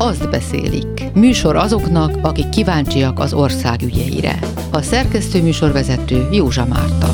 azt beszélik. Műsor azoknak, akik kíváncsiak az ország ügyeire. A szerkesztő műsorvezető Józsa Márta.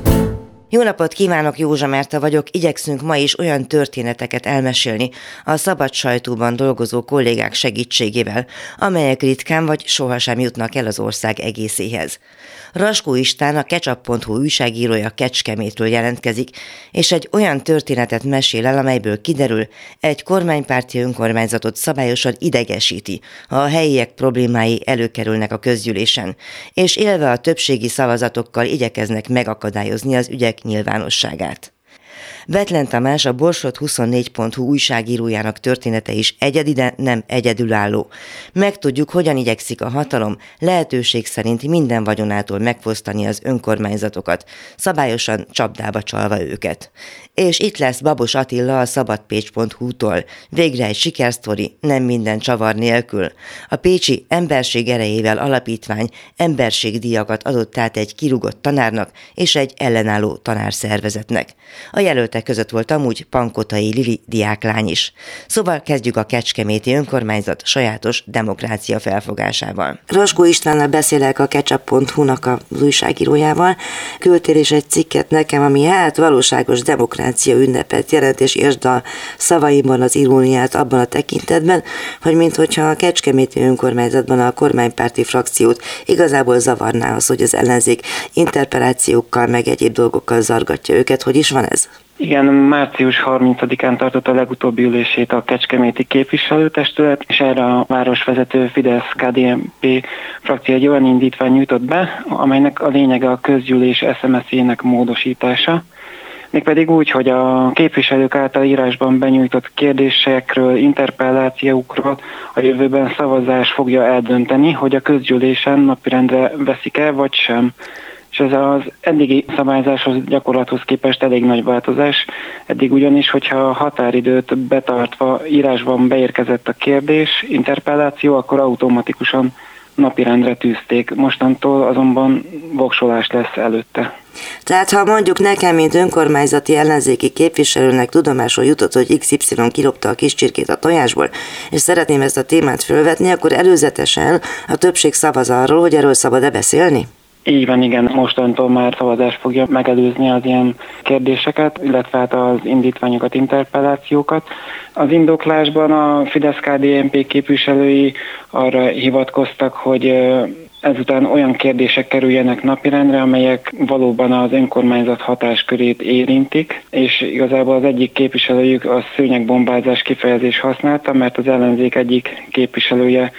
Jó napot kívánok, Józsa Márta vagyok. Igyekszünk ma is olyan történeteket elmesélni a szabad sajtóban dolgozó kollégák segítségével, amelyek ritkán vagy sohasem jutnak el az ország egészéhez. Raskó István, a Ketchup.hu újságírója Kecskemétről jelentkezik, és egy olyan történetet mesél el, amelyből kiderül, egy kormánypárti önkormányzatot szabályosan idegesíti, ha a helyiek problémái előkerülnek a közgyűlésen, és élve a többségi szavazatokkal igyekeznek megakadályozni az ügyek nyilvánosságát. Bethlen Tamás, a Borsod24.hu újságírójának története is egyedi, de nem egyedülálló. Megtudjuk, hogyan igyekszik a hatalom lehetőség szerint minden vagyonától megfosztani az önkormányzatokat, szabályosan csapdába csalva őket. És itt lesz Babos Attila a szabadpécs.hu-tól. Végre egy sikersztori, nem minden csavar nélkül. A pécsi Emberség erejével alapítvány emberségdíjakat adott át egy kirúgott tanárnak és egy ellenálló tanárszervezetnek. A jelöltek között volt amúgy Pankotai Lili diáklány is. Szóval kezdjük a kecskeméti önkormányzat sajátos demokrácia felfogásával. Raskó Istvánnal beszélek, a Ketchup.hu-nak az újságírójával. Küldtél is egy cikket nekem, ami valóságos demokrácia ünnepet jelent, és értsd a szavaimban az iróniát abban a tekintetben, hogy minthogyha a kecskeméti önkormányzatban a kormánypárti frakciót igazából zavarná az, hogy az ellenzék interpellációkkal meg egyéb dolgokkal zargatja őket. Hogy is van ez? Igen, március 30-án tartott a legutóbbi ülését a kecskeméti képviselőtestület, és erre a városvezető Fidesz-KDNP frakció egy olyan indítvány nyújtott be, amelynek a lényege a közgyűlés SMS-jének módosítása. Mégpedig úgy, hogy a képviselők által írásban benyújtott kérdésekről, interpellációkról a jövőben szavazás fogja eldönteni, hogy a közgyűlésen napirendre veszik-e vagy sem. És ez az eddigi szabályzáshoz, gyakorlathoz képest elég nagy változás. Eddig ugyanis, hogyha a határidőt betartva írásban beérkezett a kérdés, interpelláció, akkor automatikusan napirendre tűzték. Mostantól azonban voksolás lesz előtte. Tehát ha mondjuk nekem, mint önkormányzati ellenzéki képviselőnek tudomásul jutott, hogy XY kilopta a kis csirkét a tojásból, és szeretném ezt a témát fölvetni, akkor előzetesen a többség szavaz arról, hogy erről szabad-e beszélni? Így van, igen, mostantól már szavazás fogja megelőzni az ilyen kérdéseket, illetve hát az indítványokat, interpellációkat. Az indoklásban a Fidesz-KDNP képviselői arra hivatkoztak, hogy ezután olyan kérdések kerüljenek napirendre, amelyek valóban az önkormányzat hatáskörét érintik, és igazából az egyik képviselőjük a szőnyegbombázás kifejezés használta, mert az ellenzék egyik képviselője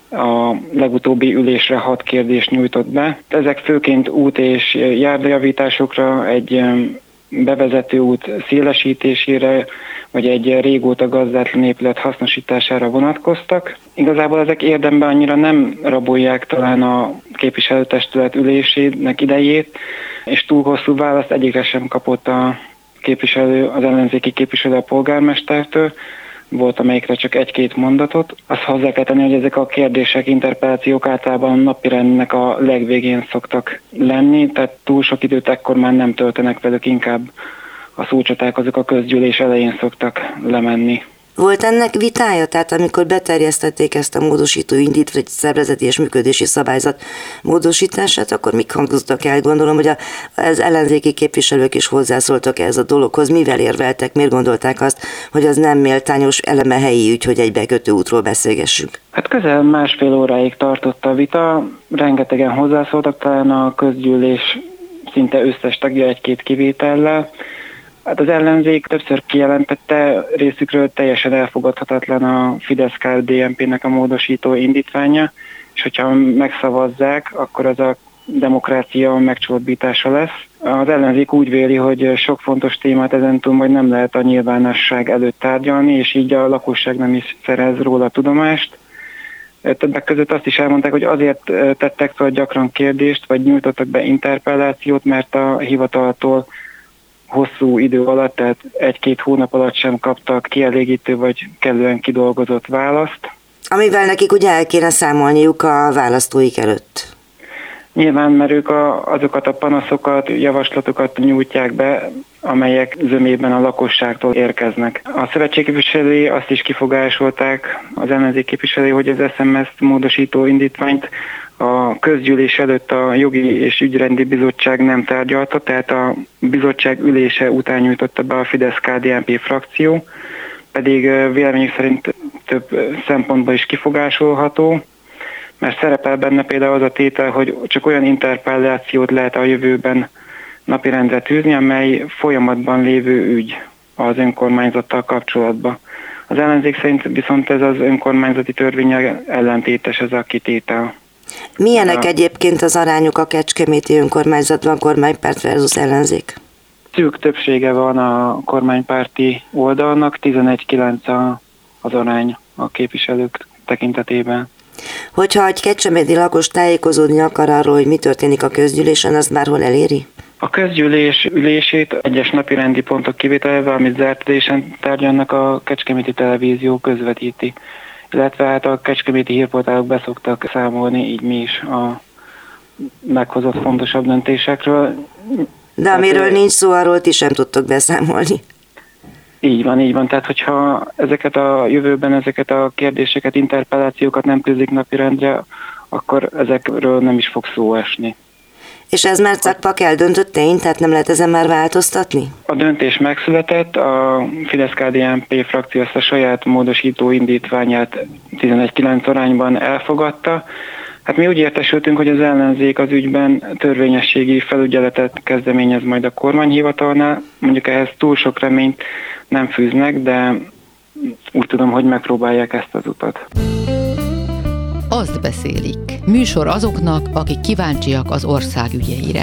a legutóbbi ülésre 6 kérdést nyújtott be. Ezek főként út és járdajavításokra, egy bevezető út szélesítésére, vagy egy régóta gazdátlan épület hasznosítására vonatkoztak. Igazából ezek érdemben annyira nem rabolják talán a képviselőtestület ülésének idejét, és túl hosszú választ egyikre sem kapott az ellenzéki képviselő a polgármestertől. Volt, amelyikre csak 1-2 mondatot. Azt hozzá kell tenni, hogy ezek a kérdések, interpellációk általában a napirendnek a legvégén szoktak lenni, tehát túl sok időt ekkor már nem töltenek velük, inkább a szócsaták azok a közgyűlés elején szoktak lemenni. Volt ennek vitája? Tehát amikor beterjesztették ezt a módosító indítványt, vagy szervezeti és működési szabályzat módosítását, akkor mik hangzottak el? Gondolom, hogy az ellenzéki képviselők is hozzászóltak ez a dologhoz. Mivel érveltek? Miért gondolták azt, hogy az nem méltányos, eleme helyi ügy, hogy egy bekötő útról beszélgessünk? Hát közel 1,5 óráig tartott a vita, rengetegen hozzászóltak, talán a közgyűlés szinte összes tagja 1-2 kivétellel. Hát az ellenzék többször kijelentette részükről teljesen elfogadhatatlan a Fidesz-KDNP-nek a módosító indítványa, és hogyha megszavazzák, akkor ez a demokrácia megcsorbítása lesz. Az ellenzék úgy véli, hogy sok fontos témát ezentúl majd nem lehet a nyilvánosság előtt tárgyalni, és így a lakosság nem is szerez róla tudomást. Többek között azt is elmondták, hogy azért tettek fel gyakran kérdést, vagy nyújtottak be interpellációt, mert a hivataltól hosszú idő alatt, tehát 1-2 hónap alatt sem kaptak kielégítő vagy kellően kidolgozott választ. Amivel nekik ugye el kéne számolniuk a választóik előtt. Nyilván, mert ők azokat a panaszokat, javaslatokat nyújtják be, amelyek zömében a lakosságtól érkeznek. A szövetség képviselői azt is kifogásolták, az ellenzék képviselői, hogy az SMS módosító indítványt a közgyűlés előtt a Jogi és Ügyrendi Bizottság nem tárgyalta, tehát a bizottság ülése után nyújtotta be a Fidesz-KDNP frakció, pedig véleményük szerint több szempontból is kifogásolható, mert szerepel benne például az a tétel, hogy csak olyan interpellációt lehet a jövőben napirendre tűzni, amely folyamatban lévő ügy az önkormányzattal kapcsolatban. Az ellenzék szerint viszont ez az önkormányzati törvénnyel ellentétes ez a kitétel. Milyenek egyébként az arányok a kecskeméti önkormányzatban, kormánypárt versus ellenzék? Szűk többsége van a kormánypárti oldalnak, 11-9 az arány a képviselők tekintetében. Hogyha egy kecskeméti lakos tájékozódni akar arról, hogy mi történik a közgyűlésen, azt bárhol eléri? A közgyűlés ülését egyes napirendi pontok kivételével, amit zárt ülésen tárgyalnak, a Kecskeméti Televízió közvetíti. Illetve hát a kecskeméti hírportálok beszoktak számolni, így mi is a meghozott fontosabb döntésekről. De amiről nincs szó, arról ti sem tudtok beszámolni. Így van. Tehát, hogyha jövőben ezeket a kérdéseket, interpellációkat nem tűzik napirendre, akkor ezekről nem is fog szó esni. És ez már cakpak eldöntött tény, tehát nem lehet ezen már változtatni? A döntés megszületett, a Fidesz-KDNP frakció ezt a saját módosító indítványát 11-9 arányban elfogadta. Hát mi úgy értesültünk, hogy az ellenzék az ügyben törvényességi felügyeletet kezdeményez majd a kormányhivatalnál. Mondjuk ehhez túl sok reményt nem fűznek, de úgy tudom, hogy megpróbálják ezt az utat. Azt beszélik. Műsor azoknak, akik kíváncsiak az ország ügyeire.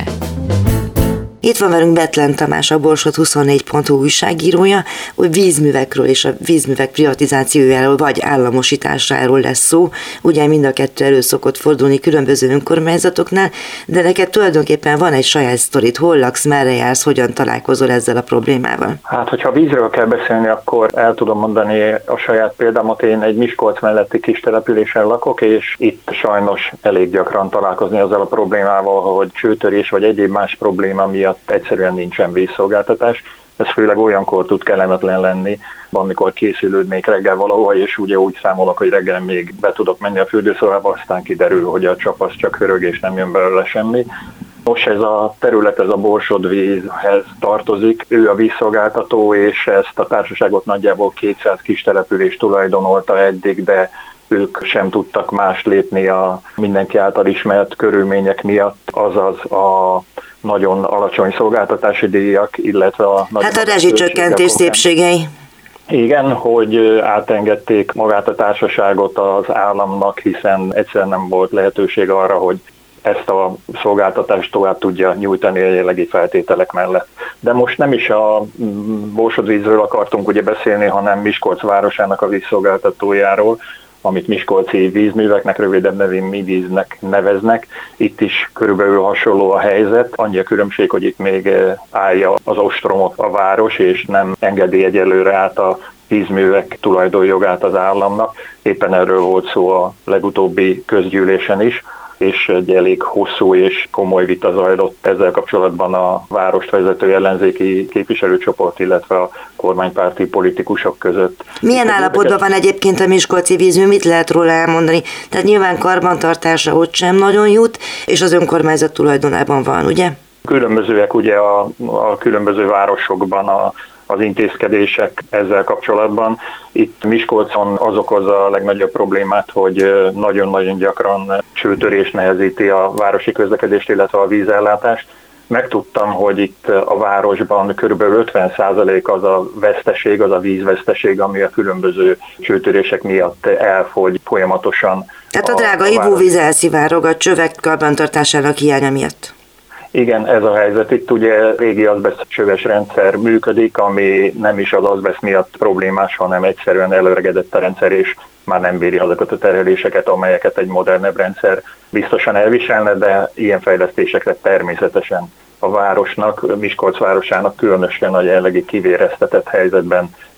Itt van velünk Bethlen Tamás, a Borsod24.hu újságírója, hogy vízművekről és a vízművek privatizációjáról vagy államosításáról lesz szó. Ugye mind a kettő elő szokott fordulni különböző önkormányzatoknál, de neked tulajdonképpen van egy saját sztorid. Hol laksz, merre jársz, hogyan találkozol ezzel a problémával? Hát, hogyha vízről kell beszélni, akkor el tudom mondani a saját példámat. Én egy Miskolc melletti kis településen lakok, és itt sajnos elég gyakran találkozni azzal a problémával, hogy csőtörés vagy egyéb más probléma miatt egyszerűen nincsen vízszolgáltatás. Ez főleg olyankor tud kellemetlen lenni, amikor készülődnék reggel valahol, és ugye úgy számolok, hogy reggel még be tudok menni a fürdőszobába, aztán kiderül, hogy a csapasz csak hörög, és nem jön belőle semmi. Most ez a terület, ez a Borsod vízhez tartozik, ő a vízszolgáltató, és ezt a társaságot nagyjából 200 kis település tulajdonolta eddig, de ők sem tudtak más lépni a mindenki által ismert körülmények miatt, azaz a nagyon alacsony szolgáltatási díjak, illetve a nagyon... Hát a rezsicsökkentés szépségei. Igen, hogy átengedték magát a társaságot az államnak, hiszen egyszerűen nem volt lehetőség arra, hogy ezt a szolgáltatást tovább tudja nyújtani a jelenlegi feltételek mellett. De most nem is a Borsodvízről akartunk ugye beszélni, hanem Miskolc városának a vízszolgáltatójáról, amit miskolci vízműveknek, rövidebb nevén MIVíznek neveznek. Itt is körülbelül hasonló a helyzet. Annyi a különbség, hogy itt még állja az ostromot a város, és nem engedi egyelőre át a vízművek tulajdonjogát az államnak. Éppen erről volt szó a legutóbbi közgyűlésen is, és egy elég hosszú és komoly vita zajlott ezzel kapcsolatban a várost vezető ellenzéki képviselőcsoport, illetve a kormánypárti politikusok között. Milyen állapotban van egyébként a miskolci vízmű, mit lehet róla elmondani? Tehát nyilván karbantartása ott sem nagyon jut, és az önkormányzat tulajdonában van, ugye? Különbözőek ugye a különböző városokban az intézkedések ezzel kapcsolatban. Itt Miskolcon az okozza a legnagyobb problémát, hogy nagyon-nagyon gyakran csőtörés nehezíti a városi közlekedést, illetve a vízellátást. Megtudtam, hogy itt a városban kb. 50% az a veszteség, az a vízveszteség, ami a különböző csőtörések miatt elfogy folyamatosan. Tehát a drága ivóvíz elszivárog a csövek karbantartásának hiánya miatt. Igen, ez a helyzet. Itt ugye régi azbeszt csöves rendszer működik, ami nem is az azbeszt miatt problémás, hanem egyszerűen elöregedett a rendszer, és már nem bírja azokat a terheléseket, amelyeket egy modernebb rendszer biztosan elviselne, de ilyen fejlesztésekre természetesen a városnak, Miskolc városának különösen a jelenlegi kivéreztetett helyzetben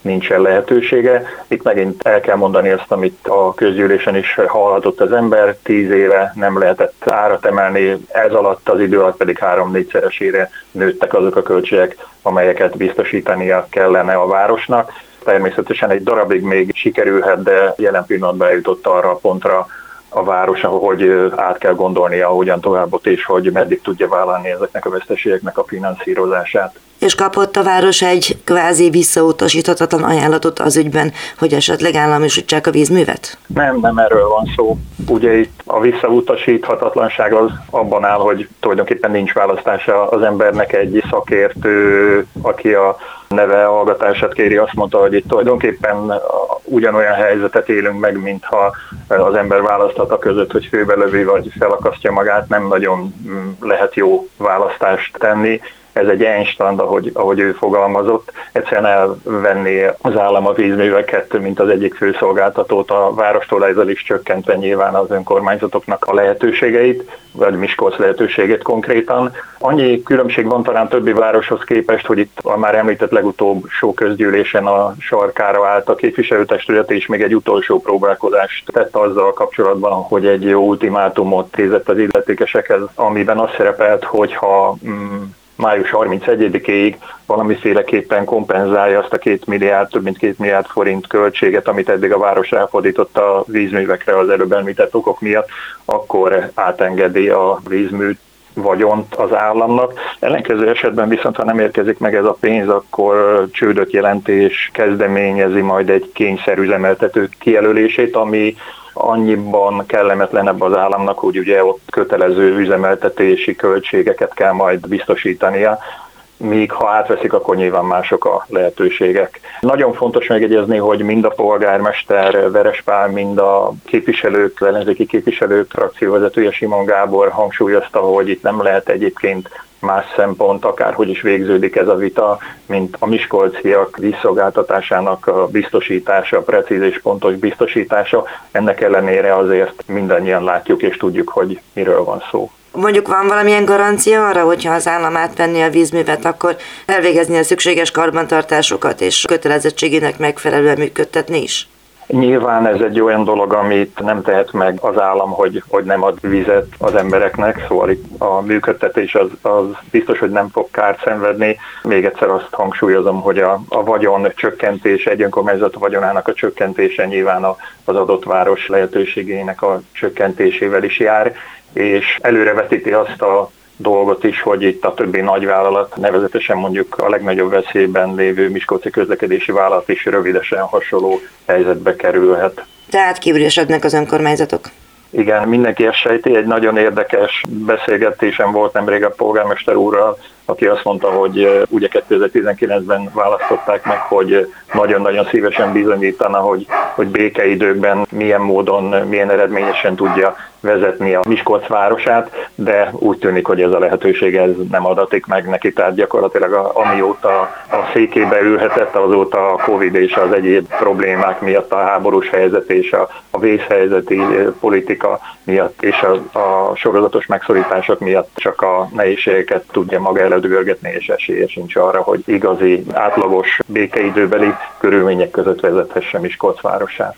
nincsen lehetősége. Itt megint el kell mondani azt, amit a közgyűlésen is hallhatott az ember, 10 éve nem lehetett árat emelni, ez alatt az idő alatt pedig 3-4-szeresére nőttek azok a költségek, amelyeket biztosítania kellene a városnak. Természetesen egy darabig még sikerülhet, de jelen pillanatban eljutott arra a pontra a város, hogy át kell gondolnia, hogyan továbbot, és hogy meddig tudja vállalni ezeknek a veszteségeknek a finanszírozását. És kapott a város egy kvázi visszautasíthatatlan ajánlatot az ügyben, hogy esetleg államosítsák a vízművet? Nem erről van szó. Ugye itt a visszautasíthatatlanság az abban áll, hogy tulajdonképpen nincs választása az embernek. Egy szakértő, aki a neve hallgatását kéri, azt mondta, hogy itt tulajdonképpen ugyanolyan helyzetet élünk meg, mintha az ember választhat a között, hogy főbelövi vagy felakasztja magát, nem nagyon lehet jó választást tenni. Ez egy Einstein, ahogy ő fogalmazott, egyszerűen elvenni az állam a vízműveket, mint az egyik főszolgáltatót, a várostól ezzel is csökkentve nyilván az önkormányzatoknak a lehetőségeit, vagy Miskolc lehetőségét konkrétan. Annyi különbség van talán többi városhoz képest, hogy itt a már említett legutóbb közgyűlésen a sarkára állt a képviselőtestület, és még egy utolsó próbálkozást tett azzal kapcsolatban, hogy egy jó ultimátumot tézett az illetékesekhez, amiben az szerepelt, hogyha május 31-ig valamiféleképpen kompenzálja azt a több mint 2 milliárd forint költséget, amit eddig a város ráfordított a vízművekre az előbb említett okok miatt, akkor átengedi a vízmű vagyont az államnak. Ellenkező esetben viszont, ha nem érkezik meg ez a pénz, akkor csődöt jelent és kezdeményezi majd egy kényszerüzemeltető kijelölését, ami annyiban kellemetlenebb az államnak, hogy ugye ott kötelező üzemeltetési költségeket kell majd biztosítania, míg ha átveszik, akkor nyilván mások a lehetőségek. Nagyon fontos megjegyezni, hogy mind a polgármester Veres Pál, mind a képviselők, ellenzéki képviselők frakcióvezetője Simon Gábor hangsúlyozta, hogy itt nem lehet egyébként más szempont, akárhogy is végződik ez a vita, mint a miskolciak vízszolgáltatásának a biztosítása, precíz és pontos biztosítása. Ennek ellenére azért mindannyian látjuk és tudjuk, hogy miről van szó. Mondjuk van valamilyen garancia arra, hogyha az állam átvenni a vízművet, akkor elvégezni a szükséges karbantartásokat és kötelezettségének megfelelően működtetni is? Nyilván ez egy olyan dolog, amit nem tehet meg az állam, hogy nem ad vizet az embereknek, szóval itt a működtetés az biztos, hogy nem fog kárt szenvedni. Még egyszer azt hangsúlyozom, hogy a vagyon csökkentése, egy önkormányzat vagyonának a csökkentése nyilván az adott város lehetőségének a csökkentésével is jár, és előrevetíti azt a dolgot is, hogy itt a többi nagyvállalat, nevezetesen mondjuk a legnagyobb veszélyben lévő Miskolci közlekedési vállalat is rövidesen hasonló helyzetbe kerülhet. Tehát kiüresednek az önkormányzatok? Igen, mindenki ezt sejti. Egy nagyon érdekes beszélgetésem volt nemrég a polgármester úrral, aki azt mondta, hogy ugye 2019-ben választották meg, hogy nagyon-nagyon szívesen bizonyítana, hogy békeidőkben milyen módon, milyen eredményesen tudja vezetni a Miskolc városát, de úgy tűnik, hogy ez a lehetőség ez nem adatik meg neki, tehát gyakorlatilag amióta a székébe ülhetett, azóta a Covid és az egyéb problémák miatt, a háborús helyzet és a vészhelyzeti politika miatt és a sorozatos megszorítások miatt csak a nehézségeket tudja maga előtt görgetni, és esélye sincs arra, hogy igazi, átlagos békeidőbeli körülmények között vezethesse Miskolc városát.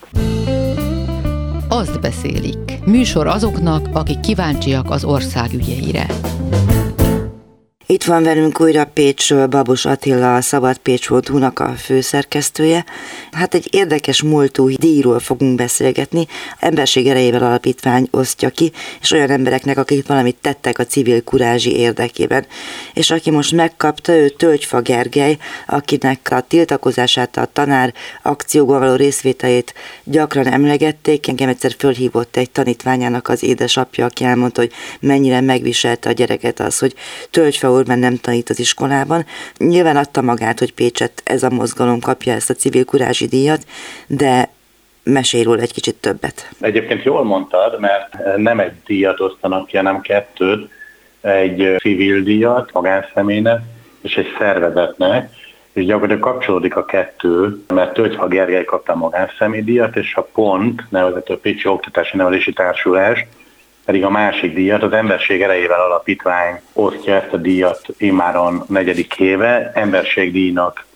Azt beszélik. Műsor azoknak, akik kíváncsiak az ország ügyeire. Itt van velünk újra Pécsről Babos Attila, a szabadpécs.hu-nak a főszerkesztője. Hát egy érdekes múltú díjról fogunk beszélgetni. Emberség erejével alapítvány osztja ki, és olyan embereknek, akik valamit tettek a civil kurázsi érdekében. És aki most megkapta, ő Tölgyfa Gergely, akinek a tiltakozását, a tanár akcióban való részvételét gyakran emlegették. Engem egyszer fölhívott egy tanítványának az édesapja, aki elmondta, hogy mennyire megviselte a gyereket az, hogy Tölgyfa mert nem tanít az iskolában. Nyilván adta magát, hogy Pécset ez a mozgalom kapja ezt a civil kurázsi díjat, de mesélj róla egy kicsit többet. Egyébként jól mondtad, mert nem egy díjat osztanak ki, hanem 2, egy civil díjat magánszemélynek és egy szervezetnek, és gyakorlatilag kapcsolódik a 2, mert Tölgyfa Gergely kapta a magánszemély-díjat, és a PONT, nevezető Pécsi Oktatási Nevelési Társulás, pedig a másik díjat, az Emberség erejével alapítvány osztja ezt a díjat immáron 4. éve, emberségdíjnak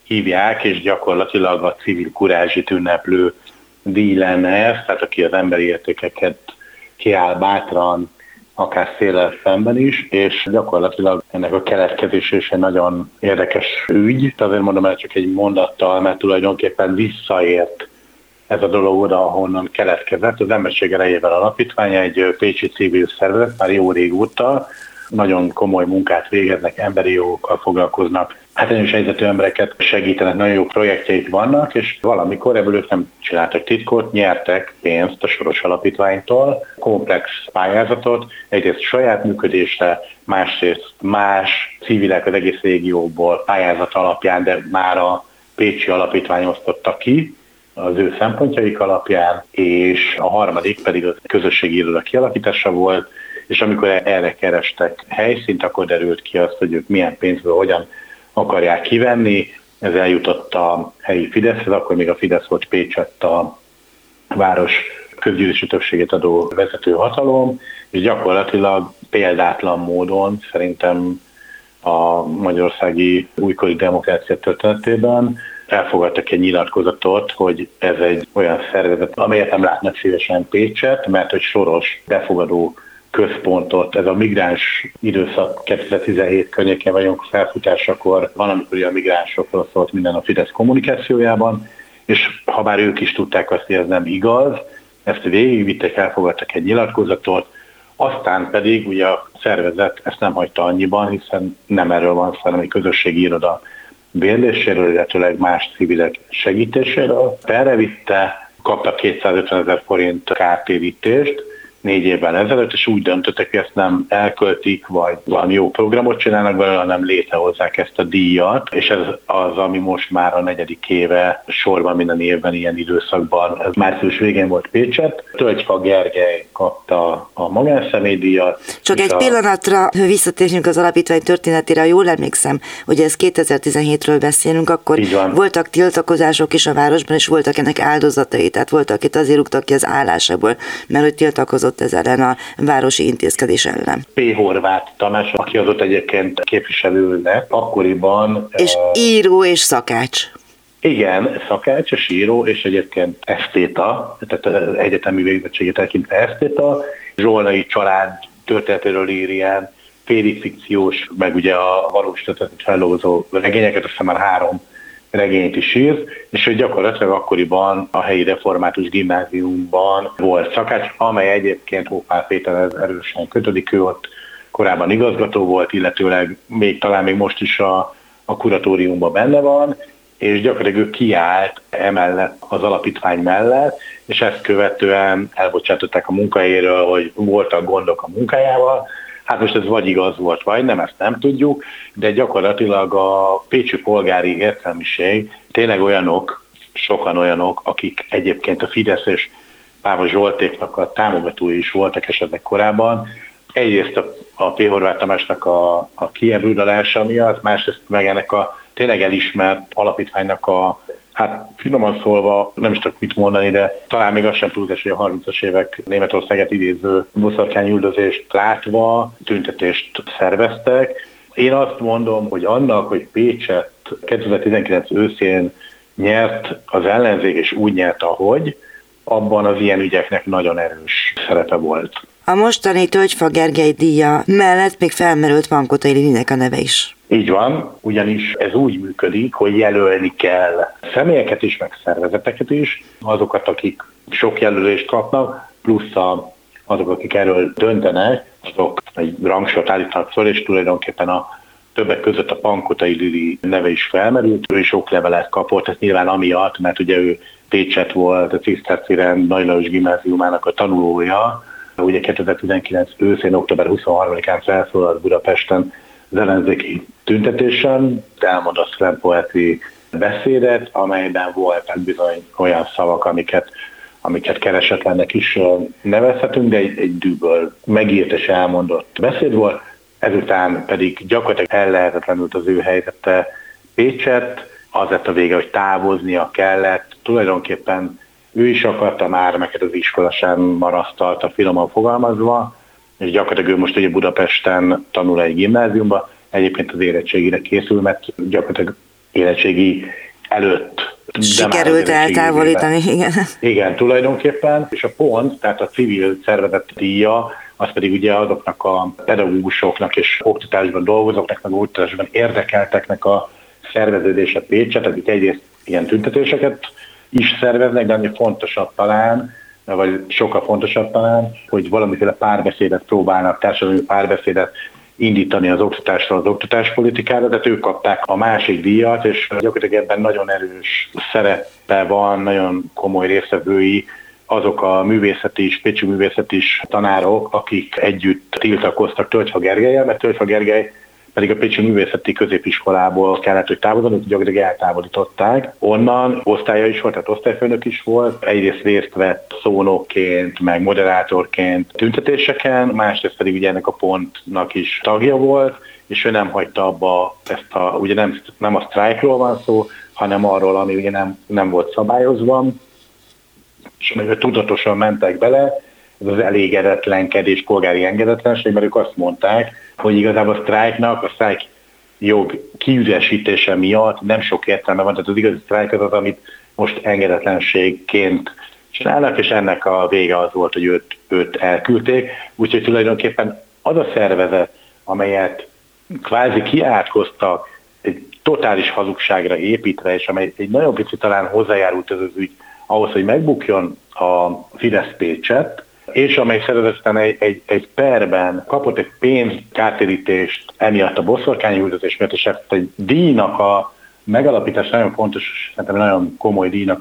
hívják, és gyakorlatilag a civil kurázsit ünneplő díj lenne ez, tehát aki az emberi értékeket kiáll bátran, akár széllel szemben is, és gyakorlatilag ennek a keletkezés is egy nagyon érdekes ügy. Azért mondom el csak egy mondattal, mert tulajdonképpen visszaért ez a dolog oda, ahonnan keletkezett. Az Emberiség Erejével Alapítványa egy pécsi civil szervezet, már jó régóta, nagyon komoly munkát végeznek, emberi jogokkal foglalkoznak, hátrányos helyzetű embereket segítenek, nagyon jó projektjeik vannak, és valamikor ebből ők nem csináltak titkot, nyertek pénzt a Soros Alapítványtól, komplex pályázatot, egyrészt saját működésre, másrészt más civilek az egész régióból pályázat alapján, de már a Pécsi Alapítvány osztotta ki az ő szempontjaik alapján, és a harmadik pedig a közösségi iroda kialakítása volt, és amikor erre kerestek helyszínt, akkor derült ki azt, hogy ők milyen pénzből hogyan akarják kivenni. Ez eljutott a helyi Fideszhez, akkor még a Fidesz volt Pécsett a város közgyűlési többségét adó vezető hatalom, és gyakorlatilag példátlan módon szerintem a magyarországi újkori demokrácia történetében elfogadtak egy nyilatkozatot, hogy ez egy olyan szervezet, amelyet nem látnak szívesen Pécset, mert hogy Soros befogadó központot, ez a migráns időszak 2017 környékén vagyunk felfutásakor, valamikor a migránsokról szólt minden a Fidesz kommunikációjában, és ha bár ők is tudták azt, hogy ez nem igaz, ezt végigvittek, elfogadtak egy nyilatkozatot, aztán pedig ugye a szervezet ezt nem hagyta annyiban, hiszen nem erről van szó, hanem egy közösségi iroda bérléséről, illetőleg más civilek segítéséről. Felrevitte, kaptak 250 000 forint kártérítést 4 évvel ezelőtt, és úgy döntöttek, hogy ezt nem elköltik, vagy valami jó programot csinálnak belőle, hanem létrehozzák ezt a díjat, és ez az, ami most már a 4. éve sorban minden évben ilyen időszakban. Ez március végén volt Pécsett. Tölgyfa Gergely kapta a magánszemélydíjat. Csak egy pillanatra visszatérjünk az alapítvány történetére, ha jól emlékszem, hogy ez 2017-ről beszélünk, akkor voltak tiltakozások is a városban, és voltak ennek áldozatai, tehát voltak, akit azért rúgtak ki az állásából, mert hogy tiltakozott ez ellen a városi intézkedés ellen. P. Horváth Tamás, aki az ott egyébként képviselőnek akkoriban. És író és szakács. Igen, szakács, és író, és egyébként esztéta, tehát egyetemi végzettségét tekintve esztéta. Zsolnai család történetéről ír ilyen félig fikciós, meg ugye a valós történetet feldolgozó regényeket, aztán már 3 regényt is írt, és hogy gyakorlatilag akkoriban a helyi református gimnáziumban volt szakács, amely egyébként Hópál Péterhez erősen kötődik, ő ott korábban igazgató volt, illetőleg talán még most is a kuratóriumban benne van, és gyakorlatilag ő kiállt emellett az alapítvány mellett, és ezt követően elbocsátották a munkahelyéről, hogy voltak gondok a munkájával. Hát most ez vagy igaz volt, vagy nem, ezt nem tudjuk, de gyakorlatilag a pécsi polgári értelmiség tényleg olyanok, sokan olyanok, akik egyébként a Fidesz és Páva Zsoltéknak a támogatói is voltak esetleg korábban. Egyrészt a P. Horváth Tamásnak a kiebrudalása miatt, másrészt meg ennek a tényleg elismert alapítványnak hát finoman szólva, nem is tudok mit mondani, de talán még az sem túlzás, hogy a 30-as évek Németországet idéző boszorkányüldözést látva tüntetést szerveztek. Én azt mondom, hogy annak, hogy Pécsett 2019 őszén nyert az ellenzék, és úgy nyert, ahogy, abban az ilyen ügyeknek nagyon erős szerepe volt. A mostani Tölgyfa Gergely díja mellett még felmerült Vankotai Lilinek a neve is. Így van, ugyanis ez úgy működik, hogy jelölni kell személyeket is, meg szervezeteket is, azokat, akik sok jelölést kapnak, plusz azok, akik erről döntenek, azok egy rangsort állítanak föl, és tulajdonképpen a többek között a Vankotai Lili neve is felmerült, ő is oklevelet kapott, ez nyilván amiatt, mert ugye ő Pécsett volt, a Ciszterci Rend Nagy Lajos gimnáziumának a tanulója, ugye 2019 őszén, október 23-án felszólalt Budapesten az ellenzéki tüntetésen, elmondott slam poetry beszédet, amelyben voltak bizony olyan szavak, amiket keresetlennek is nevezhetünk, de egy dűből megírt és elmondott beszéd volt, ezután pedig gyakorlatilag ellehetetlenült az ő helyzete Pécsett, az lett a vége, hogy távoznia kellett, tulajdonképpen ő is akarta már, mert az iskola sem marasztalta, finoman fogalmazva, és gyakorlatilag ő most ugye Budapesten tanul egy gimnáziumba, egyébként az érettségére készül, mert gyakorlatilag érettségi előtt. Sikerült eltávolítani, igen. Igen, tulajdonképpen, és a pont, tehát a civil szervezet díja, az pedig ugye azoknak a pedagógusoknak és oktatásban dolgozóknak, meg oktatásban érdekelteknek a szerveződése Pécset, akik egyrészt ilyen tüntetéseket is szerveznek, de ami fontosabb talán, vagy sokkal fontosabb talán, hogy valamiféle párbeszédet próbálnak, társadalmi párbeszédet indítani az oktatásról, az oktatáspolitikára, tehát ők kapták a másik díjat, és gyakorlatilag ebben nagyon erős szerepe van, nagyon komoly résztvevői azok a pécsi művészeti tanárok, akik együtt tiltakoztak Tölgyfa Gergellyel, mert Tölgyfa Gergely pedig a Pécsi Művészeti Középiskolából kellett, hogy távozni, hogy gyakorlatilag eltávolították. Onnan osztálya is volt, tehát osztályfőnök is volt. Egyrészt részt vett szónokként, meg moderátorként tüntetéseken, másrészt pedig ugye ennek a pontnak is tagja volt, és ő nem hagyta abba ugye nem a sztrájkról van szó, hanem arról, ami ugye nem volt szabályozva, és amelyek tudatosan mentek bele, ez az elégedetlenkedés, polgári engedetlenség, mert ők azt mondták, hogy igazából a sztrájk jog kiüresítése miatt nem sok értelme van, tehát az igazi sztrájk az, amit most engedetlenségként csinálnak, és ennek a vége az volt, hogy őt elküldték. Úgyhogy tulajdonképpen az a szervezet, amelyet kvázi kiátkoztak egy totális hazugságra építve, és amely egy nagyon picit talán hozzájárult ez az ügy ahhoz, hogy megbukjon a Fidesz Pécset, és amely szervezetten egy perben kapott egy pénzkártérítést emiatt a boszorkányüldözés miatt, és ezt egy díjnak a megalapítás, nagyon fontos, szerintem nagyon komoly díjnak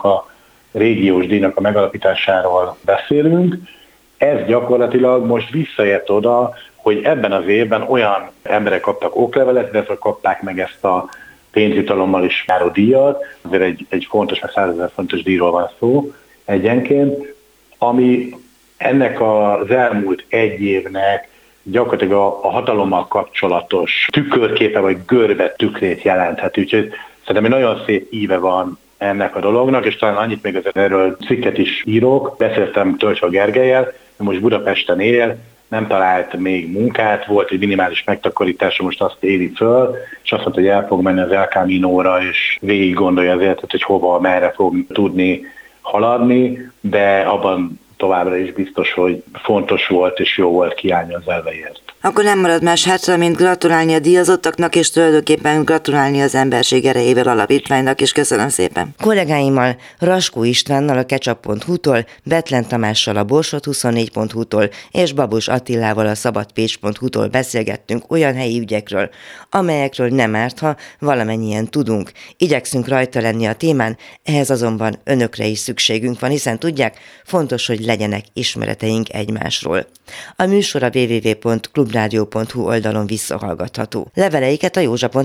régiós díjnak a megalapításáról beszélünk. Ez gyakorlatilag most visszaért oda, hogy ebben az évben olyan emberek kaptak oklevelet, illetve kapták meg ezt a pénzjutalommal is járó díjat, azért egy fontos, mert 100 000 fontos díjról van szó egyenként, ami ennek az elmúlt egy évnek gyakorlatilag a hatalommal kapcsolatos tükörképe vagy görbe tükrét jelenthet. Úgyhogy szerintem egy nagyon szép íve van ennek a dolognak, és talán annyit még azért erről cikket is írok. Beszéltem Tölgyfa Gergellyel, most Budapesten él, nem talált még munkát, volt egy minimális megtakarítása, most azt éli föl, és azt mondta, hogy el fog menni az El Camino-ra, és végig gondolja az életet, hogy hova, merre fog tudni haladni, de abban továbbra is biztos, hogy fontos volt és jó volt kiállni az elveiért. Akkor nem marad más hátra, mint gratulálni a díjazottaknak, és tulajdonképpen gratulálni az Emberség Erejével Alapítványnak is. Köszönöm szépen. Kollégáimmal, Raskó Istvánnal a Ketchup.hu-tól, Bethlen Tamással a Borsod24.hu-tól és Babos Attilával a Szabadpécs.hu-tól beszélgettünk olyan helyi ügyekről, amelyekről nem árt, ha valamennyien tudunk. Igyekszünk rajta lenni a témán, ehhez azonban önökre is szükségünk van, hiszen tudják, fontos, hogy legyenek ismereteink egymásról. A műsor a www.clubradio.hu oldalon visszahallgatható. Leveleiket a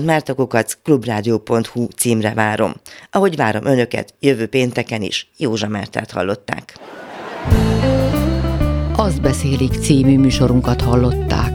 józsa.márta@clubradio.hu címre várom. Ahogy várom önöket, jövő pénteken is. Józsa Mártát hallották. Azt beszélik című műsorunkat hallották.